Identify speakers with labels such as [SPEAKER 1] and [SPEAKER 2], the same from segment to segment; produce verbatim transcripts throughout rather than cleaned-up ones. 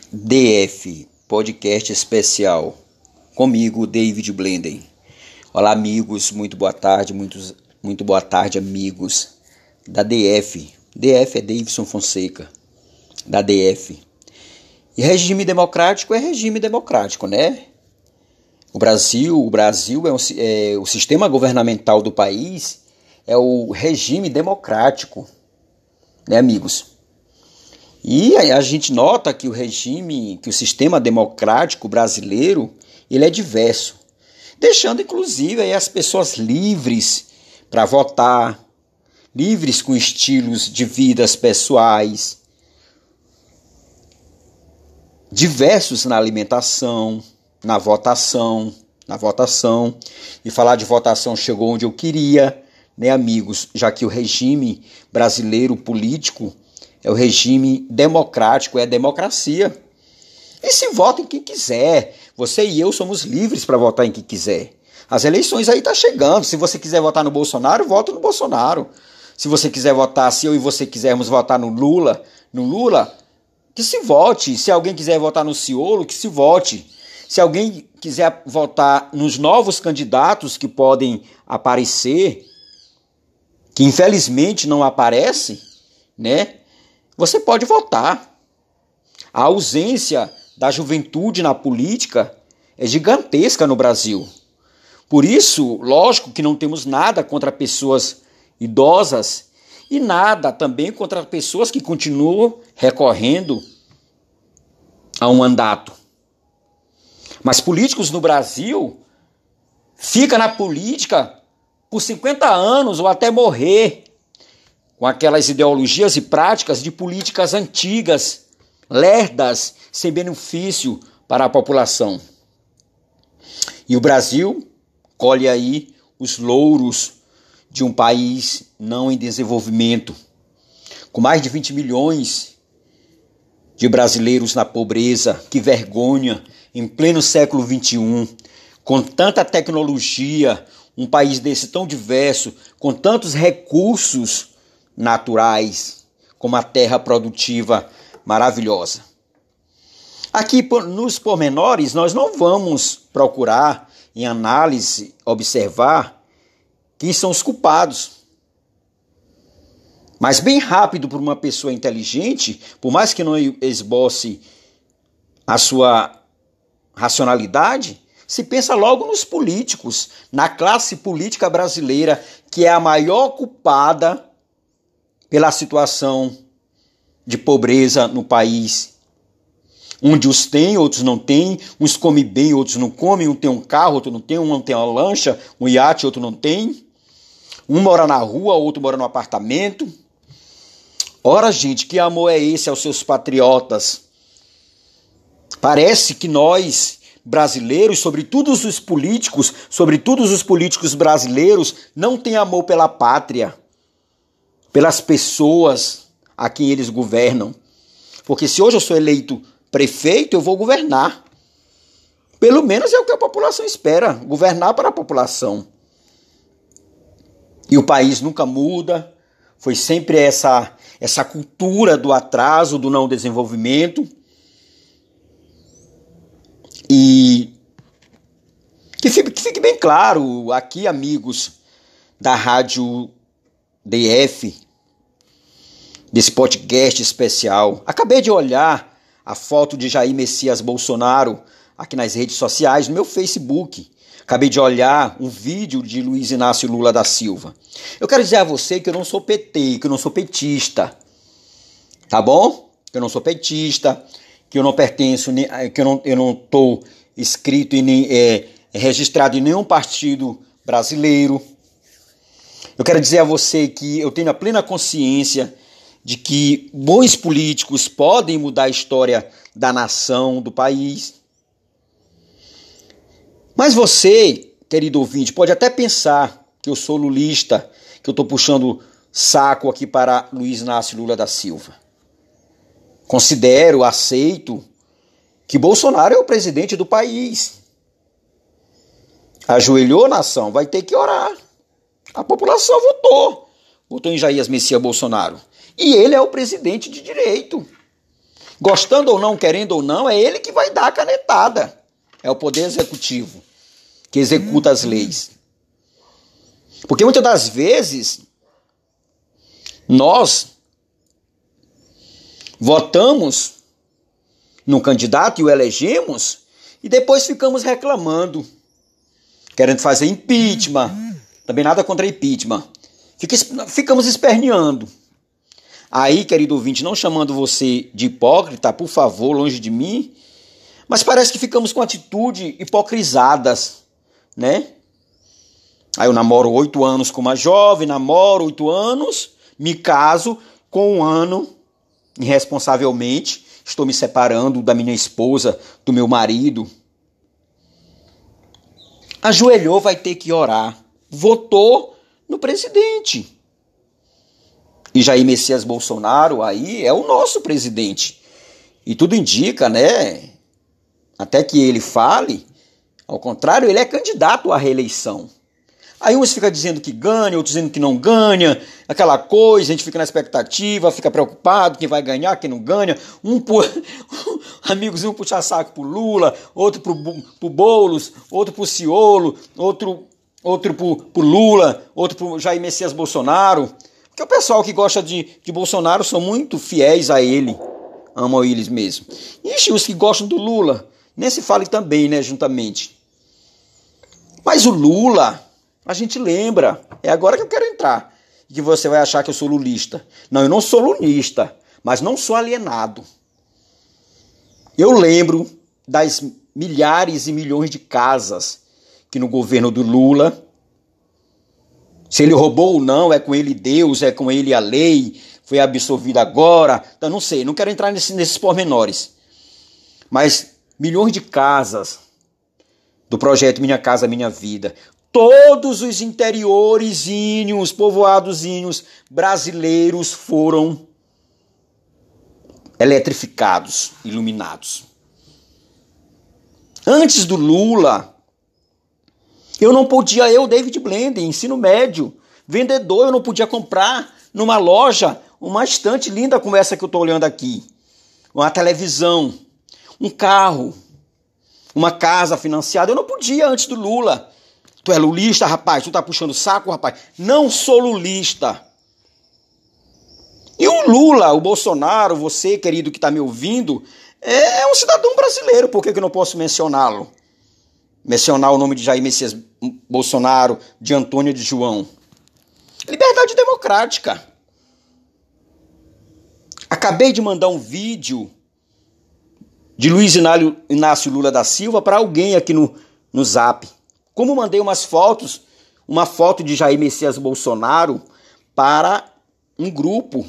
[SPEAKER 1] D F, podcast especial, comigo, David Blenden. Olá, amigos, muito boa tarde, muitos, muito boa tarde, amigos da D F. D F é Davidson Fonseca, da D F. E regime democrático é regime democrático, né? O Brasil, o Brasil é, um, é o sistema governamental do país, é o regime democrático, né, amigos? E a gente nota que o regime, que o sistema democrático brasileiro, ele é diverso, deixando inclusive aí as pessoas livres para votar, livres com estilos de vidas pessoais, diversos na alimentação, na votação, na votação. E falar de votação chegou onde eu queria, né, amigos, já que o regime brasileiro político é o regime democrático, é a democracia. E se vota em quem quiser. Você e eu somos livres para votar em quem quiser. As eleições aí estão chegando. Se você quiser votar no Bolsonaro, vota no Bolsonaro. Se você quiser votar, se eu e você quisermos votar no Lula, no Lula, que se vote. Se alguém quiser votar no Ciolo, que se vote. Se alguém quiser votar nos novos candidatos que podem aparecer, que infelizmente não aparece, né? Você pode votar. A ausência da juventude na política é gigantesca no Brasil. Por isso, lógico que não temos nada contra pessoas idosas e nada também contra pessoas que continuam recorrendo a um mandato. Mas políticos no Brasil ficam na política por cinquenta anos ou até morrer, com aquelas ideologias e práticas de políticas antigas, lerdas, sem benefício para a população. E o Brasil colhe aí os louros de um país não em desenvolvimento, com mais de vinte milhões de brasileiros na pobreza. Que vergonha, em pleno século vinte e um, com tanta tecnologia, um país desse tão diverso, com tantos recursos naturais, como a terra produtiva maravilhosa. Aqui nos pormenores nós não vamos procurar em análise observar quem são os culpados. Mas bem rápido para uma pessoa inteligente, por mais que não esboce a sua racionalidade, se pensa logo nos políticos, na classe política brasileira, que é a maior culpada pela situação de pobreza no país, onde uns têm, outros não têm, uns comem bem, outros não comem, um tem um carro, outro não tem, um não tem uma lancha, um iate, outro não tem, um mora na rua, outro mora no apartamento. Ora, gente, que amor é esse aos seus patriotas? Parece que nós, brasileiros, sobretudo os políticos, sobretudo os políticos brasileiros, não têm amor pela pátria, pelas pessoas a quem eles governam. Porque se hoje eu sou eleito prefeito, eu vou governar. Pelo menos é o que a população espera, governar para a população. E o país nunca muda, foi sempre essa, essa cultura do atraso, do não desenvolvimento. E que fique, que fique bem claro aqui, amigos da Rádio D F, desse podcast especial. Acabei de olhar a foto de Jair Messias Bolsonaro aqui nas redes sociais, no meu Facebook. Acabei de olhar um vídeo de Luiz Inácio Lula da Silva. Eu quero dizer a você que eu não sou P T, que eu não sou petista. Tá bom? Que eu não sou petista, que eu não pertenço, que eu não eu não estou inscrito e nem é, registrado em nenhum partido brasileiro. Eu quero dizer a você que eu tenho a plena consciência de que bons políticos podem mudar a história da nação, do país. Mas você, querido ouvinte, pode até pensar que eu sou lulista, que eu estou puxando saco aqui para Luiz Inácio Lula da Silva. Considero, aceito, que Bolsonaro é o presidente do país. Ajoelhou, nação, vai ter que orar. A população votou. Votou em Jair Messias Bolsonaro. E ele é o presidente de direito. Gostando ou não, querendo ou não, é ele que vai dar a canetada. É o poder executivo que executa as leis. Porque muitas das vezes nós votamos no candidato e o elegemos e depois ficamos reclamando, querendo fazer impeachment. Também nada contra impeachment. Ficamos esperneando. Aí, querido ouvinte, não chamando você de hipócrita, por favor, longe de mim, mas parece que ficamos com atitude hipocrisadas, né? Aí eu namoro oito anos com uma jovem, namoro oito anos, me caso com um ano, irresponsavelmente, estou me separando da minha esposa, do meu marido. Ajoelhou, vai ter que orar. Votou no presidente. E Jair Messias Bolsonaro aí é o nosso presidente. E tudo indica, né? Até que ele fale, ao contrário, ele é candidato à reeleição. Aí uns ficam dizendo que ganha, outros dizendo que não ganha, aquela coisa, a gente fica na expectativa, fica preocupado, quem vai ganhar, quem não ganha. Um por... Amigos, um puxa saco pro Lula, outro pro, pro Boulos, outro pro Ciolo, outro, outro pro, pro Lula, outro pro Jair Messias Bolsonaro. Porque o pessoal que gosta de, de Bolsonaro são muito fiéis a ele, amam eles mesmo. Ixi, os que gostam do Lula, nem se fale também, né, juntamente. Mas o Lula, a gente lembra, é agora que eu quero entrar, que você vai achar que eu sou lulista. Não, eu não sou lulista, mas não sou alienado. Eu lembro das milhares e milhões de casas que no governo do Lula, se ele roubou ou não, é com ele Deus, é com ele a lei, foi absolvido agora, então não sei, não quero entrar nesse, nesses pormenores. Mas milhões de casas do projeto Minha Casa Minha Vida, todos os interiorizinhos, povoadozinhos brasileiros foram eletrificados, iluminados. Antes do Lula, eu não podia, eu, David Blender, ensino médio, vendedor, eu não podia comprar numa loja uma estante linda como essa que eu estou olhando aqui. Uma televisão, um carro, uma casa financiada. Eu não podia antes do Lula. Tu é lulista, rapaz? Tu tá puxando saco, rapaz? Não sou lulista. E o Lula, o Bolsonaro, você, querido, que está me ouvindo, é um cidadão brasileiro. Por que que eu não posso mencioná-lo? Mencionar o nome de Jair Messias Bolsonaro, de Antônio de João. Liberdade democrática. Acabei de mandar um vídeo de Luiz Inácio Lula da Silva para alguém aqui no, no Zap. Como mandei umas fotos, uma foto de Jair Messias Bolsonaro para um grupo.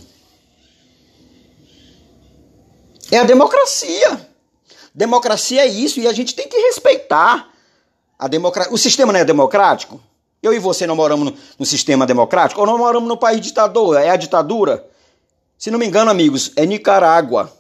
[SPEAKER 1] É a democracia. Democracia é isso e a gente tem que respeitar. A democracia. O sistema não é democrático? Eu e você não moramos no, no sistema democrático? Ou não moramos no país ditador? É a ditadura? Se não me engano, amigos, é Nicarágua.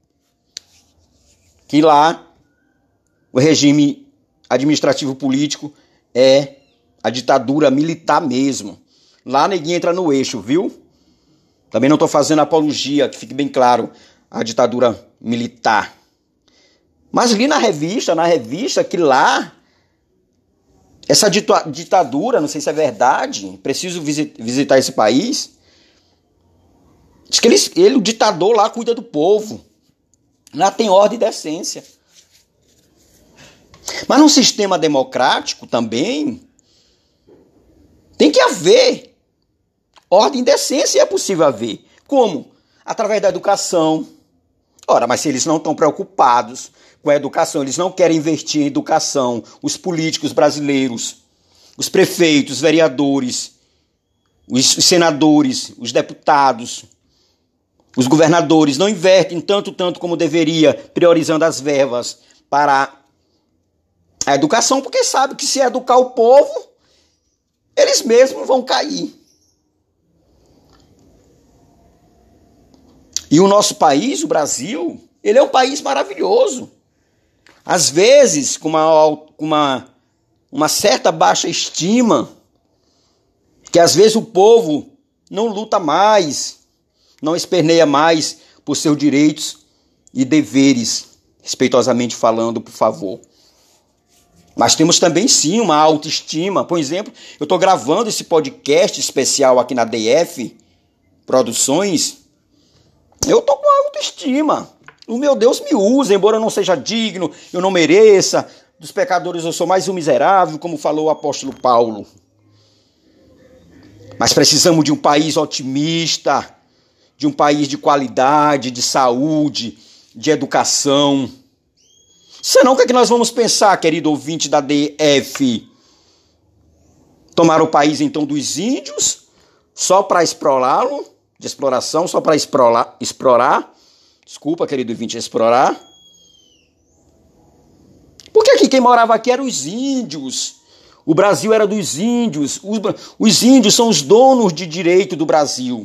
[SPEAKER 1] Que lá o regime administrativo político é a ditadura militar mesmo. Lá ninguém entra no eixo, viu? Também não estou fazendo apologia, que fique bem claro, a ditadura militar. Mas li na revista, na revista, que lá essa ditadura, não sei se é verdade, preciso visitar esse país. Diz que ele, ele, o ditador lá cuida do povo. Lá tem ordem e decência. Mas num sistema democrático também tem que haver ordem e decência, e é possível haver. Como? Através da educação. Ora, mas se eles não estão preocupados com a educação, eles não querem investir em educação, os políticos brasileiros, os prefeitos, os vereadores, os senadores, os deputados, os governadores não investem tanto, tanto como deveria, priorizando as verbas para a educação, porque sabe que se educar o povo, eles mesmos vão cair. E o nosso país, o Brasil, ele é um país maravilhoso. Às vezes, com uma, uma, uma certa baixa estima, que às vezes o povo não luta mais, não esperneia mais por seus direitos e deveres, respeitosamente falando, por favor. Mas temos também, sim, uma autoestima. Por exemplo, eu estou gravando esse podcast especial aqui na D F Produções. Eu estou com autoestima. O meu Deus me usa, embora eu não seja digno, eu não mereça. Dos pecadores eu sou mais um miserável, como falou o apóstolo Paulo. Mas precisamos de um país otimista, de um país de qualidade, de saúde, de educação. Senão, o que é que nós vamos pensar, querido ouvinte da D F? Tomar o país, então, dos índios, só para explorá-lo, de exploração, só para explorar, explorar. Desculpa, querido ouvinte, explorar. Porque aqui quem morava aqui eram os índios. O Brasil era dos índios. Os, os índios são os donos de direito do Brasil.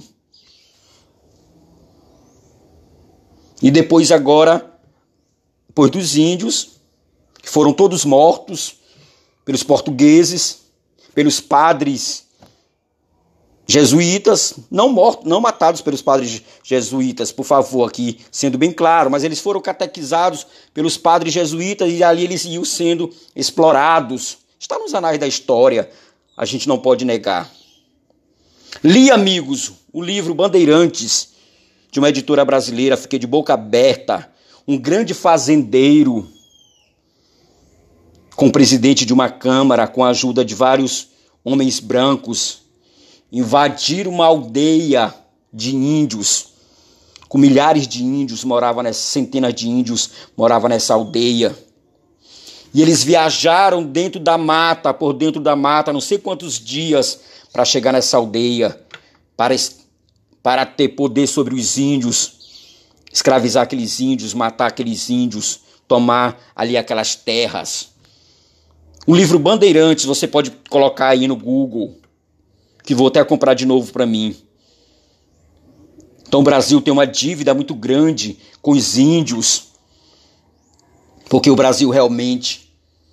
[SPEAKER 1] E depois agora, depois dos índios, que foram todos mortos pelos portugueses, pelos padres jesuítas, não mortos, não matados pelos padres jesuítas, por favor, aqui sendo bem claro, mas eles foram catequizados pelos padres jesuítas e ali eles iam sendo explorados. Está nos anais da história, a gente não pode negar. Li, amigos, o livro Bandeirantes, de uma editora brasileira, fiquei de boca aberta. Um grande fazendeiro, com o presidente de uma câmara, com a ajuda de vários homens brancos, invadiram uma aldeia de índios, com milhares de índios, moravam nessa, centenas de índios moravam nessa aldeia. E eles viajaram dentro da mata, por dentro da mata, não sei quantos dias, para chegar nessa aldeia, para, para ter poder sobre os índios, escravizar aqueles índios, matar aqueles índios, tomar ali aquelas terras. O livro Bandeirantes, você pode colocar aí no Google, que vou até comprar de novo para mim. Então o Brasil tem uma dívida muito grande com os índios, porque o Brasil realmente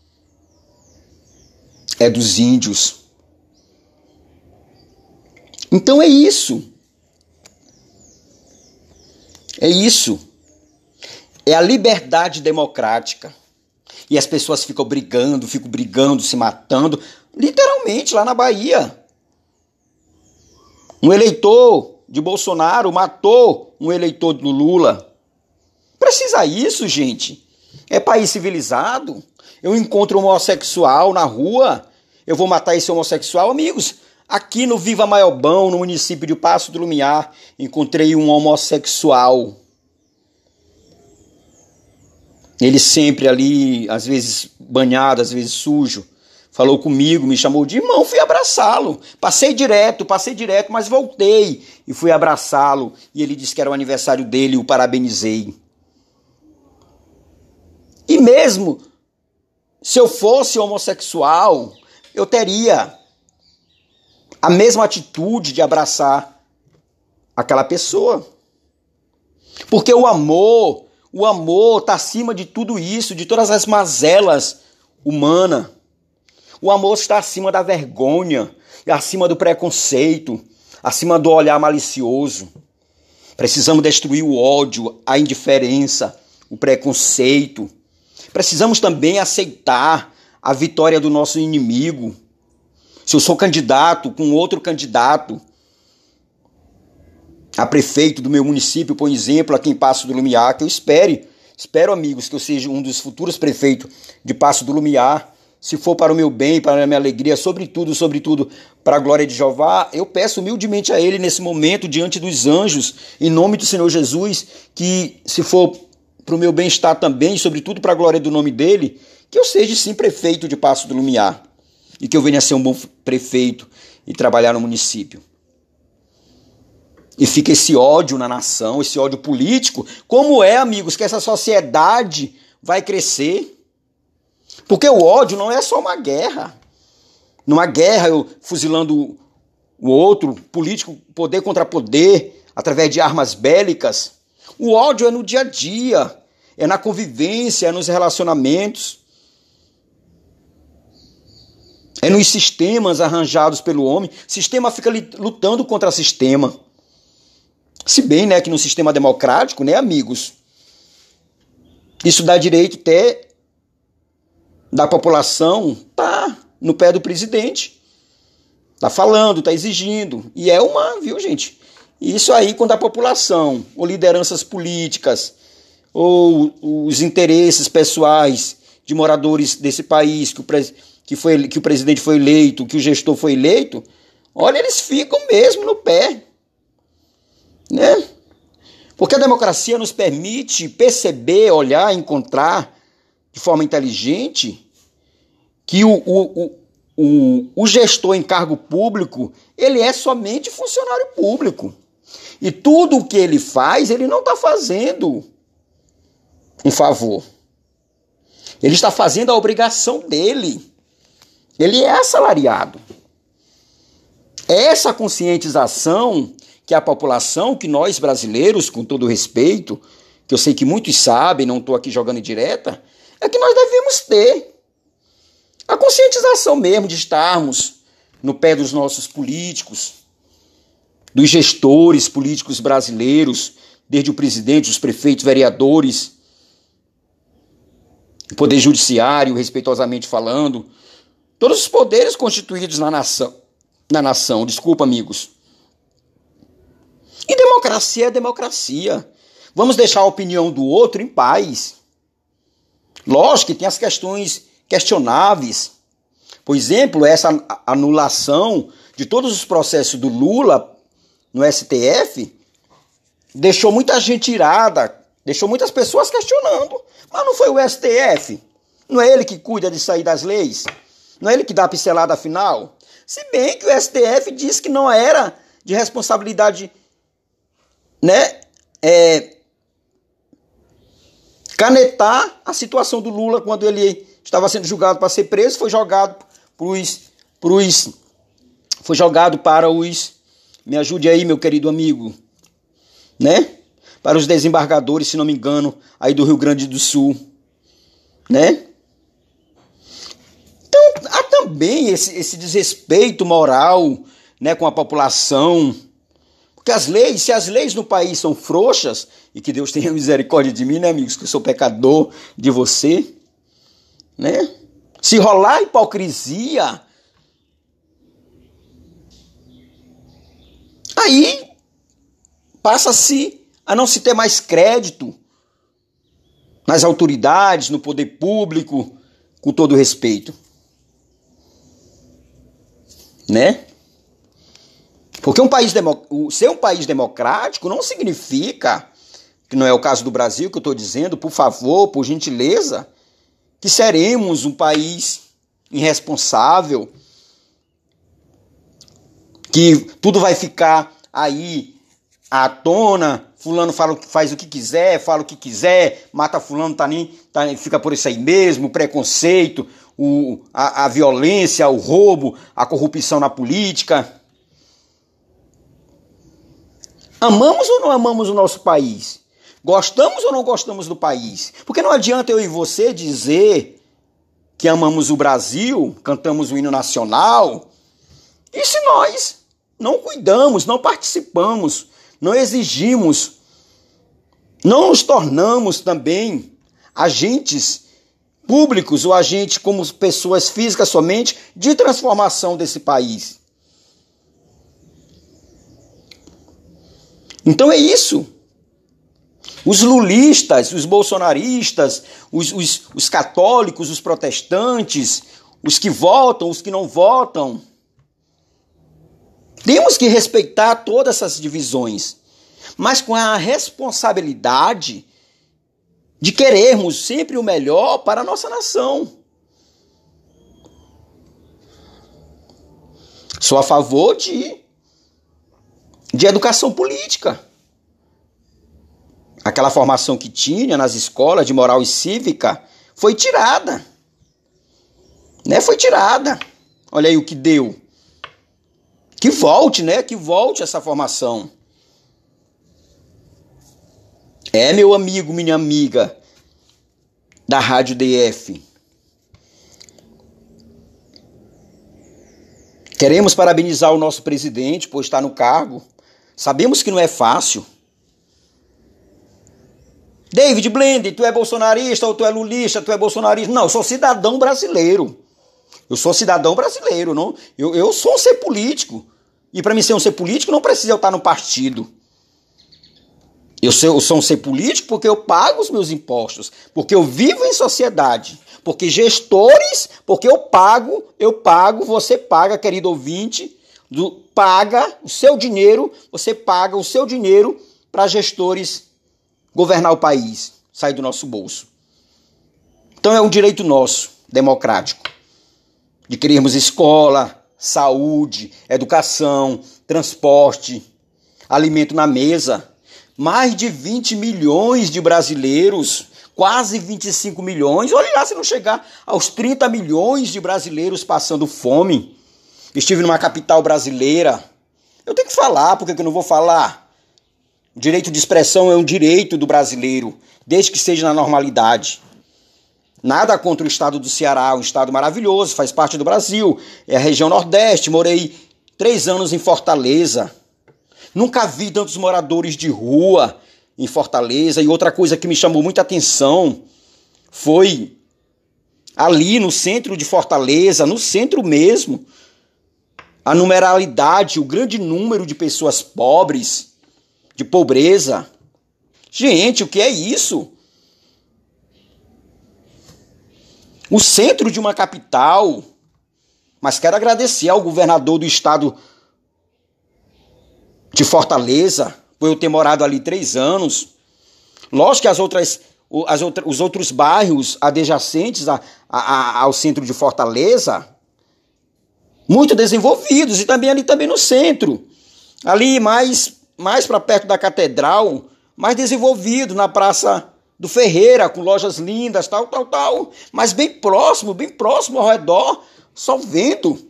[SPEAKER 1] é dos índios. Então é isso. É isso. É a liberdade democrática. E as pessoas ficam brigando, ficam brigando, se matando. Literalmente, lá na Bahia. Um eleitor de Bolsonaro matou um eleitor do Lula. Precisa isso, gente? É país civilizado? Eu encontro um homossexual na rua, eu vou matar esse homossexual? Amigos, aqui no Viva Maiobão, no município de Passo do Lumiar, encontrei um homossexual. Ele sempre ali, às vezes banhado, às vezes sujo, falou comigo, me chamou de irmão, fui abraçá-lo. Passei direto, passei direto, mas voltei e fui abraçá-lo. E ele disse que era o aniversário dele e o parabenizei. E mesmo se eu fosse homossexual, eu teria a mesma atitude de abraçar aquela pessoa. Porque o amor, o amor está acima de tudo isso, de todas as mazelas humanas. O amor está acima da vergonha, acima do preconceito, acima do olhar malicioso. Precisamos destruir o ódio, a indiferença, o preconceito. Precisamos também aceitar a vitória do nosso inimigo. Se eu sou candidato com outro candidato a prefeito do meu município, por exemplo, aqui em Passo do Lumiar, que eu espere, espero, amigos, que eu seja um dos futuros prefeitos de Passo do Lumiar. Se for para o meu bem, para a minha alegria, sobretudo, sobretudo, para a glória de Jeová, eu peço humildemente a Ele nesse momento, diante dos anjos, em nome do Senhor Jesus, que se for para o meu bem-estar também, sobretudo para a glória do nome dEle, que eu seja sim prefeito de Passo do Lumiar e que eu venha a ser um bom prefeito e trabalhar no município. E fica esse ódio na nação, esse ódio político. Como é, amigos, que essa sociedade vai crescer? Porque o ódio não é só uma guerra. Numa guerra, eu fuzilando o outro, político, poder contra poder, através de armas bélicas. O ódio é no dia a dia, é na convivência, é nos relacionamentos. É nos sistemas arranjados pelo homem. O sistema fica lutando contra o sistema. Se bem, né, que no sistema democrático, né, amigos, Isso dá direito até da população tá no pé do presidente. Tá falando, tá exigindo. E é uma, viu, gente? Isso aí quando a população, ou lideranças políticas, ou os interesses pessoais de moradores desse país, que o, pres, que foi, que o presidente foi eleito, que o gestor foi eleito, olha, eles ficam mesmo no pé. Né? Porque a democracia nos permite perceber, olhar, encontrar de forma inteligente que o, o, o, o, o gestor em cargo público, ele é somente funcionário público. E tudo o que ele faz, ele não está fazendo um favor. Ele está fazendo a obrigação dele. Ele é assalariado. Essa conscientização que a população, que nós brasileiros, com todo respeito, que eu sei que muitos sabem, não estou aqui jogando em direta, é que nós devemos ter. A conscientização mesmo de estarmos no pé dos nossos políticos, dos gestores políticos brasileiros, desde o presidente, os prefeitos, vereadores, o poder judiciário, respeitosamente falando, todos os poderes constituídos na nação, na nação, desculpa, amigos. E democracia é democracia. Vamos deixar a opinião do outro em paz. Lógico que tem as questões questionáveis. Por exemplo, essa anulação de todos os processos do Lula no S T F deixou muita gente irada, deixou muitas pessoas questionando. Mas não foi o S T F? Não é ele que cuida de sair das leis? Não é ele que dá a pincelada final? Se bem que o S T F disse que não era de responsabilidade, né, é, canetar a situação do Lula quando ele estava sendo julgado para ser preso, foi jogado pros, pros, foi jogado para os, me ajude aí, meu querido amigo, né, para os desembargadores, se não me engano, aí do Rio Grande do Sul, né? Então, há também esse, esse desrespeito moral, né, com a população. Porque as leis, se as leis no país são frouxas, e que Deus tenha misericórdia de mim, né, amigos, que eu sou pecador de você, né? Se rolar hipocrisia, aí passa-se a não se ter mais crédito nas autoridades, no poder público, com todo respeito. Né? Porque um país demo... ser um país democrático não significa, que não é o caso do Brasil que eu estou dizendo, por favor, por gentileza, que seremos um país irresponsável, que tudo vai ficar aí à tona, fulano fala, faz o que quiser, fala o que quiser, mata fulano, tá nem, tá, fica por isso aí mesmo, preconceito, o, a, a violência, o roubo, a corrupção na política. Amamos ou não amamos o nosso país? Gostamos ou não gostamos do país? Porque não adianta eu e você dizer que amamos o Brasil, cantamos o hino nacional, e se nós não cuidamos, não participamos, não exigimos, não nos tornamos também agentes públicos ou agentes como pessoas físicas somente de transformação desse país. Então é isso. Os lulistas, os bolsonaristas, os, os, os católicos, os protestantes, os que votam, os que não votam, temos que respeitar todas essas divisões, mas com a responsabilidade de querermos sempre o melhor para a nossa nação. Sou a favor de, de educação política. Aquela formação que tinha nas escolas de moral e cívica foi tirada. Né? Foi tirada. Olha aí o que deu. Que volte, né? Que volte essa formação. É, meu amigo, minha amiga da Rádio D F. Queremos parabenizar o nosso presidente por estar no cargo. Sabemos que não é fácil. David Blenden, tu é bolsonarista ou tu é lulista, tu é bolsonarista? Não, eu sou cidadão brasileiro. Eu sou cidadão brasileiro, não? Eu, eu sou um ser político. E para mim ser um ser político não precisa eu estar no partido. Eu sou, eu sou um ser político porque eu pago os meus impostos, porque eu vivo em sociedade, porque gestores, porque eu pago, eu pago, você paga, querido ouvinte, do, paga o seu dinheiro, você paga o seu dinheiro para gestores governar o país, sair do nosso bolso. Então é um direito nosso, democrático, de querermos escola, saúde, educação, transporte, alimento na mesa. Mais de vinte milhões de brasileiros, quase vinte e cinco milhões, olha lá se não chegar aos trinta milhões de brasileiros passando fome. Estive numa capital brasileira. Eu tenho que falar, por que eu não vou falar? O direito de expressão é um direito do brasileiro, desde que seja na normalidade. Nada contra o estado do Ceará, um estado maravilhoso, faz parte do Brasil, é a região Nordeste, morei três anos em Fortaleza. Nunca vi tantos moradores de rua em Fortaleza. E outra coisa que me chamou muita atenção foi ali no centro de Fortaleza, no centro mesmo, a numeralidade, o grande número de pessoas pobres, de pobreza. Gente, o que é isso? O centro de uma capital. Mas quero agradecer ao governador do estado de Fortaleza, por eu ter morado ali três anos. Lógico que as outras, as outras, os outros bairros adjacentes a, a, a, ao centro de Fortaleza, muito desenvolvidos, e também ali também no centro. Ali mais, mais para perto da catedral, mais desenvolvido, na Praça do Ferreira, com lojas lindas, tal, tal, tal. Mas bem próximo, bem próximo ao redor, só vento.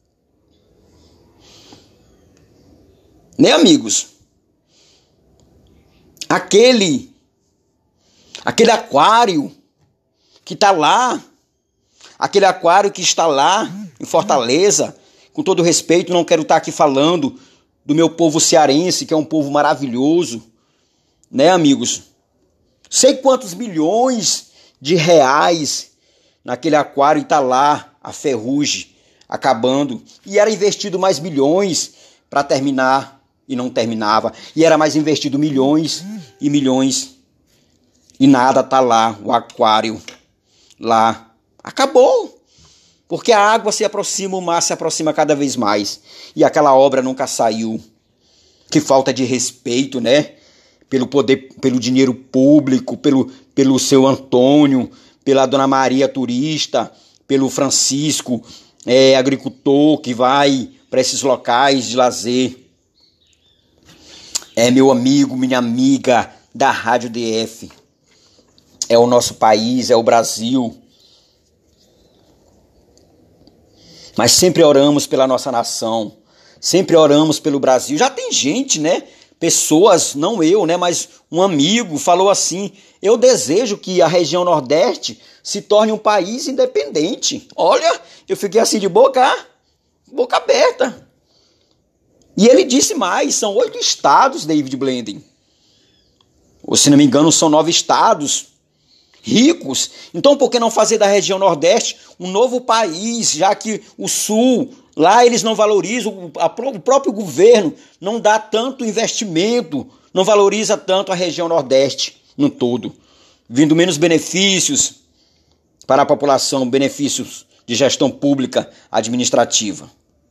[SPEAKER 1] Né, amigos? Aquele, aquele aquário que está lá, aquele aquário que está lá em Fortaleza, com todo respeito, não quero estar aqui falando do meu povo cearense, que é um povo maravilhoso, né, amigos? Sei quantos milhões de reais naquele aquário e está lá a ferrugem acabando, e era investido mais milhões para terminar. E não terminava. E era mais investido milhões e milhões. E nada tá lá. O aquário lá. Acabou. Porque a água se aproxima, o mar se aproxima cada vez mais. E aquela obra nunca saiu. Que falta de respeito, né? Pelo poder, pelo dinheiro público, pelo, pelo seu Antônio, pela Dona Maria turista, pelo Francisco, é, agricultor que vai para esses locais de lazer. É meu amigo, minha amiga da Rádio D F. É o nosso país, é o Brasil. Mas sempre oramos pela nossa nação. Sempre oramos pelo Brasil. Já tem gente, né? Pessoas, não eu, né? Mas um amigo falou assim: eu desejo que a região Nordeste se torne um país independente. Olha, eu fiquei assim de boca, boca aberta. E ele disse mais, são oito estados, David Blenden. Ou se não me engano, são nove estados ricos. Então por que não fazer da região Nordeste um novo país, já que o Sul, lá eles não valorizam, a, o próprio governo não dá tanto investimento, não valoriza tanto a região Nordeste no todo, vindo menos benefícios para a população, benefícios de gestão pública administrativa.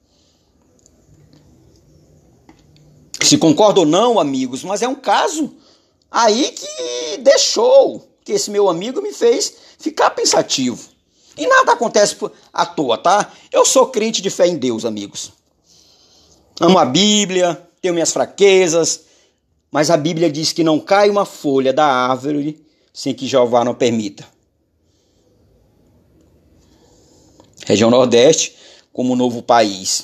[SPEAKER 1] Se concorda ou não, amigos, mas é um caso aí que deixou, que esse meu amigo me fez ficar pensativo. E nada acontece à toa, tá? Eu sou crente de fé em Deus, amigos. Amo a Bíblia, tenho minhas fraquezas, mas a Bíblia diz que não cai uma folha da árvore sem que Jeová não permita. Região Nordeste como novo país.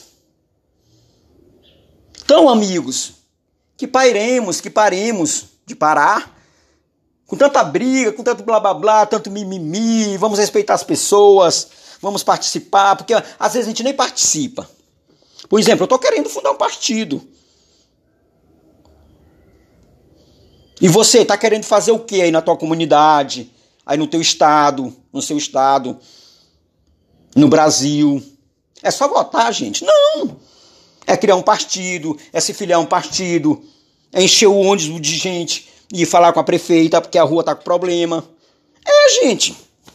[SPEAKER 1] Então, amigos, que pairemos, que paremos de parar com tanta briga, com tanto blá blá blá, tanto mimimi, vamos respeitar as pessoas, vamos participar, porque às vezes a gente nem participa. Por exemplo, eu estou querendo fundar um partido. E você tá querendo fazer o que aí na tua comunidade, aí no teu estado, no seu estado, no Brasil? É só votar, gente? Não! É criar um partido, é se filiar a um partido, é encher o ônibus de gente e falar com a prefeita porque a rua tá com problema. É, gente.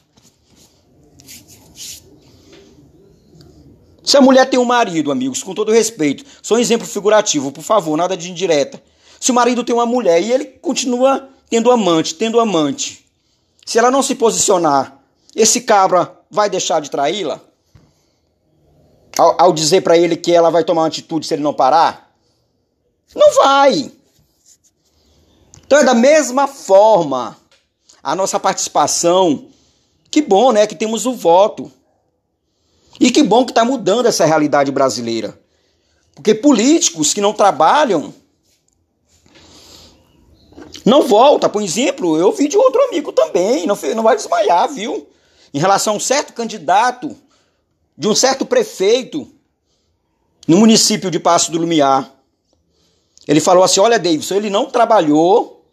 [SPEAKER 1] Se a mulher tem um marido, amigos, com todo respeito, só um exemplo figurativo, por favor, nada de indireta. Se o marido tem uma mulher e ele continua tendo amante, tendo amante, se ela não se posicionar, esse cabra vai deixar de traí-la? Ao, ao dizer pra ele que ela vai tomar uma atitude se ele não parar? Não vai. Então é da mesma forma a nossa participação. Que bom, né, que temos o voto. E que bom que está mudando essa realidade brasileira. Porque políticos que não trabalham não voltam. Por exemplo, eu vi de outro amigo também, não, não vai desmaiar, viu? Em relação a um certo candidato, de um certo prefeito, no município de Paço do Lumiar. Ele falou assim, olha, Davidson, ele não trabalhou,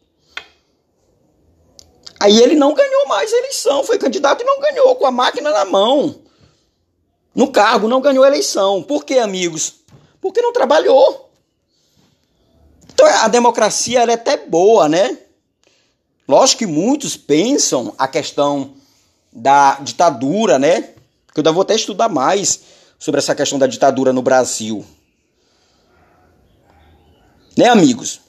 [SPEAKER 1] aí ele não ganhou mais a eleição, foi candidato e não ganhou, com a máquina na mão. No cargo, não ganhou a eleição. Por quê, amigos? Porque não trabalhou. Então a democracia ela é até boa, né? Lógico que muitos pensam a questão da ditadura, né? Que eu ainda vou até estudar mais sobre essa questão da ditadura no Brasil. Né, amigos?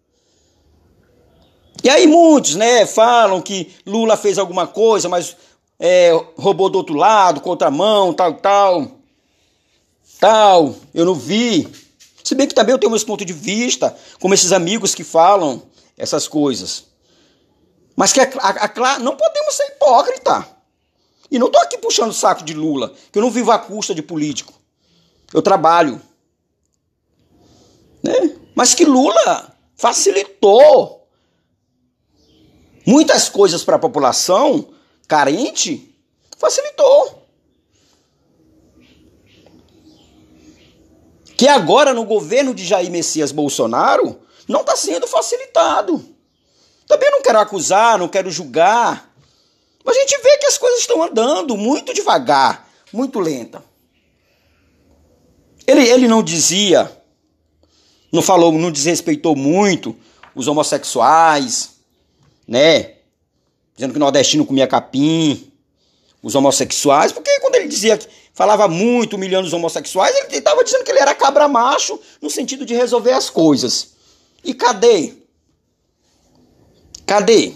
[SPEAKER 1] E aí muitos, né, falam que Lula fez alguma coisa, mas... É, roubou do outro lado, contramão, tal, tal, tal, eu não vi. Se bem que também eu tenho meus pontos de vista, como esses amigos que falam essas coisas. Mas que a, a, a, não podemos ser hipócritas. E não estou aqui puxando o saco de Lula, que eu não vivo à custa de político. Eu trabalho. Né? Mas que Lula facilitou muitas coisas para a população carente, facilitou. Que agora no governo de Jair Messias Bolsonaro não está sendo facilitado. Também não quero acusar, não quero julgar, mas a gente vê que as coisas estão andando muito devagar, muito lenta. Ele, ele não dizia, não falou, não desrespeitou muito os homossexuais, né? Dizendo que o nordestino comia capim, os homossexuais, porque quando ele dizia que falava muito humilhando os homossexuais, ele estava dizendo que ele era cabra macho no sentido de resolver as coisas. E cadê? Cadê?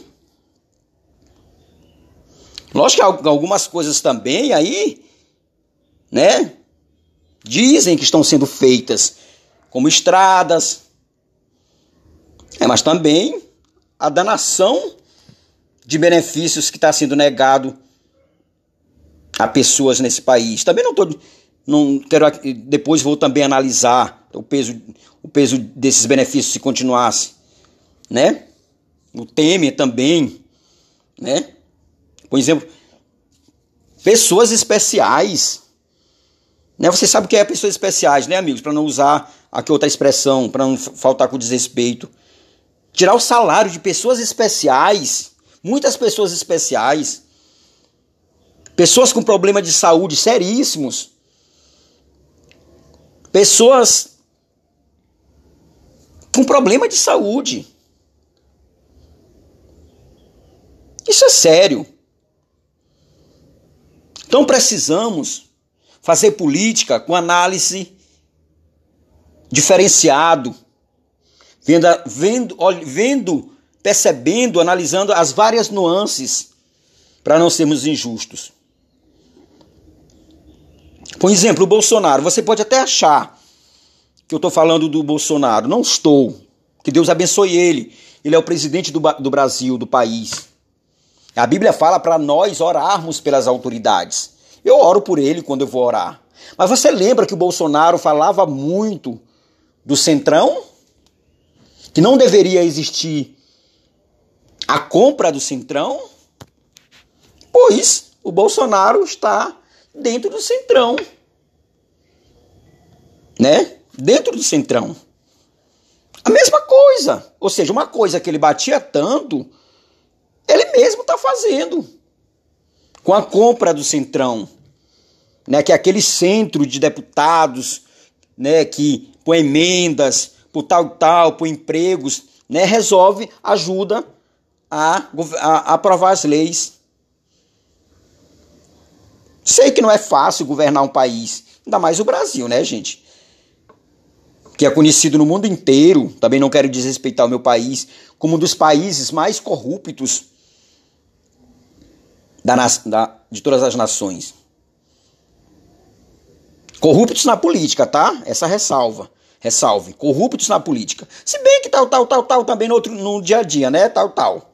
[SPEAKER 1] Lógico que algumas coisas também aí, né, dizem que estão sendo feitas, como estradas, é, mas também a danação de benefícios que está sendo negado a pessoas nesse país. Também não tô, não quero, depois vou também analisar o peso, o peso desses benefícios se continuasse, né? O Temer também, né? Por exemplo, pessoas especiais, né? Você sabe o que é pessoas especiais, né, amigos? Para não usar aqui outra expressão, para não faltar com desrespeito. Tirar o salário de pessoas especiais, muitas pessoas especiais, pessoas com problemas de saúde seríssimos, pessoas com problema de saúde. Isso é sério. Então precisamos fazer política com análise diferenciado, vendo, vendo, vendo, percebendo, analisando as várias nuances para não sermos injustos. Por exemplo, o Bolsonaro. Você pode até achar que eu estou falando do Bolsonaro. Não estou. Que Deus abençoe ele. Ele é o presidente do, do Brasil, do país. A Bíblia fala para nós orarmos pelas autoridades. Eu oro por ele quando eu vou orar. Mas você lembra que o Bolsonaro falava muito do Centrão? Que não deveria existir a compra do Centrão? Pois o Bolsonaro está dentro do Centrão. Né? Dentro do Centrão. A mesma coisa. Ou seja, uma coisa que ele batia tanto, ele mesmo está fazendo. Com a compra do Centrão. Né, que é aquele centro de deputados, né, que põe emendas por tal tal, por empregos, né, resolve, ajuda a, a, a aprovar as leis. Sei que não é fácil governar um país, ainda mais o Brasil, né, gente? Que é conhecido no mundo inteiro, também não quero desrespeitar o meu país, como um dos países mais corruptos da, da, de todas as nações. Corruptos na política, tá? Essa ressalva. Ressalve. Corruptos na política. Se bem que tal, tal, tal, tal, também no, outro, no dia a dia, né? Tal, tal.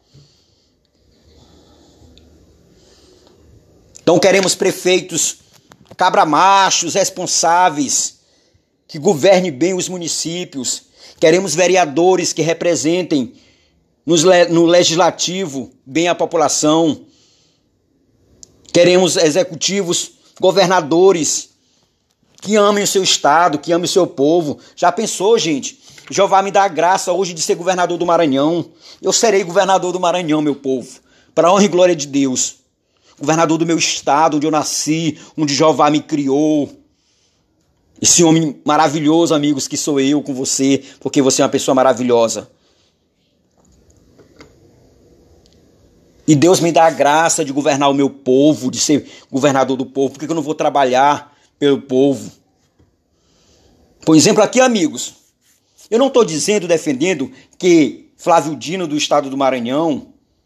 [SPEAKER 1] Então queremos prefeitos cabra-machos, responsáveis, que governem bem os municípios. Queremos vereadores que representem nos, no legislativo bem a população. Queremos executivos, governadores que amem o seu estado, que amem o seu povo. Já pensou, gente? Jeová me dá a graça hoje de ser governador do Maranhão. Eu serei governador do Maranhão, meu povo. Para a honra e glória de Deus. Governador do meu estado, onde eu nasci, onde Jeová me criou. Esse homem maravilhoso, amigos, que sou eu com você, porque você é uma pessoa maravilhosa. E Deus me dá a graça de governar o meu povo, de ser governador do povo. Por que eu não vou trabalhar pelo povo? Por exemplo, aqui, amigos, eu não estou dizendo, defendendo que Flávio Dino, do estado do Maranhão,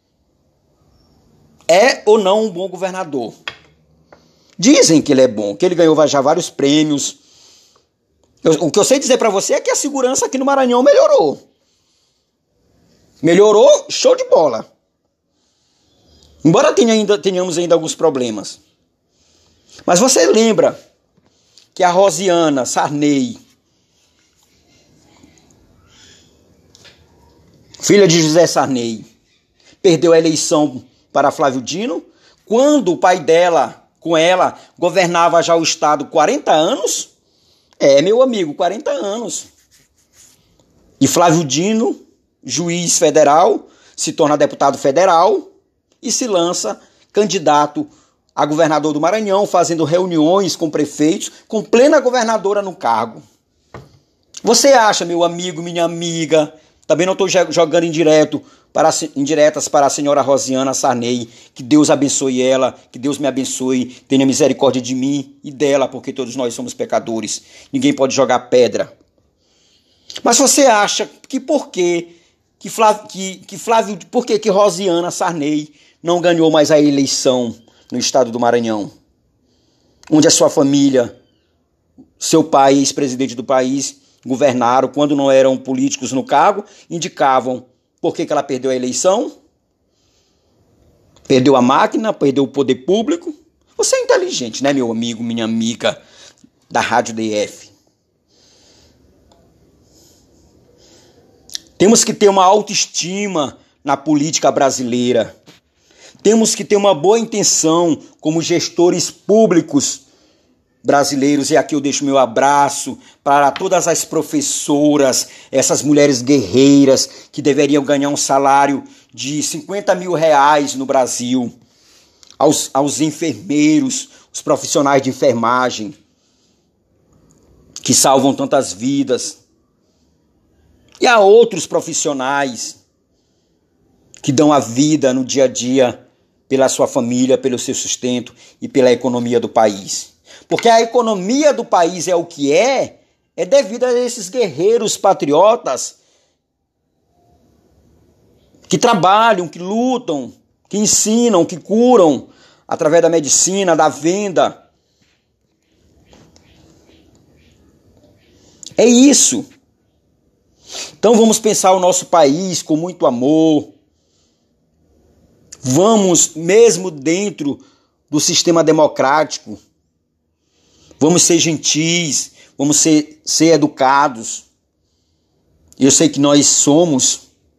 [SPEAKER 1] é ou não um bom governador. Dizem que ele é bom, que ele ganhou já vários prêmios. Eu, o que eu sei dizer para você é que a segurança aqui no Maranhão melhorou. Melhorou, show de bola. Embora tenha ainda, tenhamos ainda alguns problemas. Mas você lembra que a Rosiana Sarney, filha de José Sarney, perdeu a eleição para Flávio Dino, quando o pai dela, com ela, governava já o estado quarenta anos? É, meu amigo, quarenta anos. E Flávio Dino, juiz federal, se torna deputado federal e se lança candidato a governador do Maranhão, fazendo reuniões com prefeitos, com plena governadora no cargo. Você acha, meu amigo, minha amiga, também não estou jogando indireto para, indiretas para a senhora Rosiana Sarney, que Deus abençoe ela, que Deus me abençoe, tenha misericórdia de mim e dela, porque todos nós somos pecadores. Ninguém pode jogar pedra. Mas você acha que por quê, que Flávio, que, que Flávio, por que que Rosiana Sarney não ganhou mais a eleição no estado do Maranhão, onde a sua família, seu pai, ex-presidente do país, governaram, quando não eram políticos no cargo, indicavam por que que ela perdeu a eleição? Perdeu a máquina, perdeu o poder público. Você é inteligente, né, meu amigo, minha amiga da Rádio D F. Temos que ter uma autoestima na política brasileira. Temos que ter uma boa intenção como gestores públicos brasileiros. E aqui eu deixo meu abraço para todas as professoras, essas mulheres guerreiras que deveriam ganhar um salário de cinquenta mil reais no Brasil. Aos, aos enfermeiros, os profissionais de enfermagem que salvam tantas vidas. E a outros profissionais que dão a vida no dia a dia pela sua família, pelo seu sustento e pela economia do país. Porque a economia do país é o que é, é devido a esses guerreiros patriotas que trabalham, que lutam, que ensinam, que curam através da medicina, da venda. É isso. Então vamos pensar o nosso país com muito amor. Vamos, mesmo dentro do sistema democrático, vamos ser gentis, vamos ser, ser educados. Eu sei que nós somos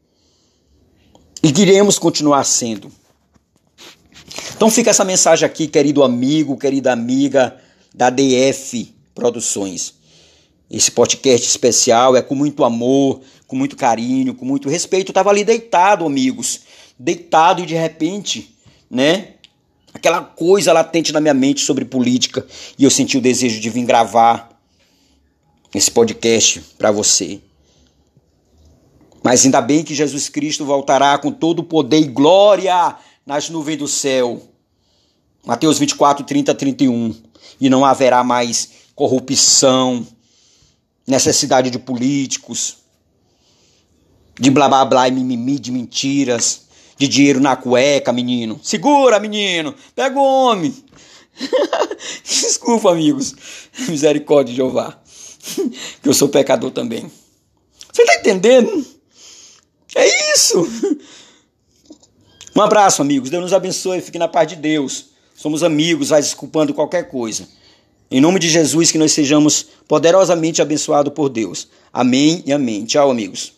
[SPEAKER 1] e queremos continuar sendo. Então fica essa mensagem aqui, querido amigo, querida amiga da D F Produções. Esse podcast especial é com muito amor, com muito carinho, com muito respeito. Eu estava ali deitado, amigos, deitado e de repente, né, aquela coisa latente na minha mente sobre política, e eu senti o desejo de vir gravar esse podcast para você. Mas ainda bem que Jesus Cristo voltará com todo o poder e glória nas nuvens do céu. Mateus vinte e quatro, trinta, trinta e um. E não haverá mais corrupção, necessidade de políticos, de blá blá blá e mimimi, de mentiras, de dinheiro na cueca, menino. Segura, menino. Pega o homem. Desculpa, amigos. Misericórdia de Jeová. Que eu sou pecador também. Você tá entendendo? É isso. Um abraço, amigos. Deus nos abençoe. Fique na paz de Deus. Somos amigos, vai desculpando qualquer coisa. Em nome de Jesus, que nós sejamos poderosamente abençoados por Deus. Amém e amém. Tchau, amigos.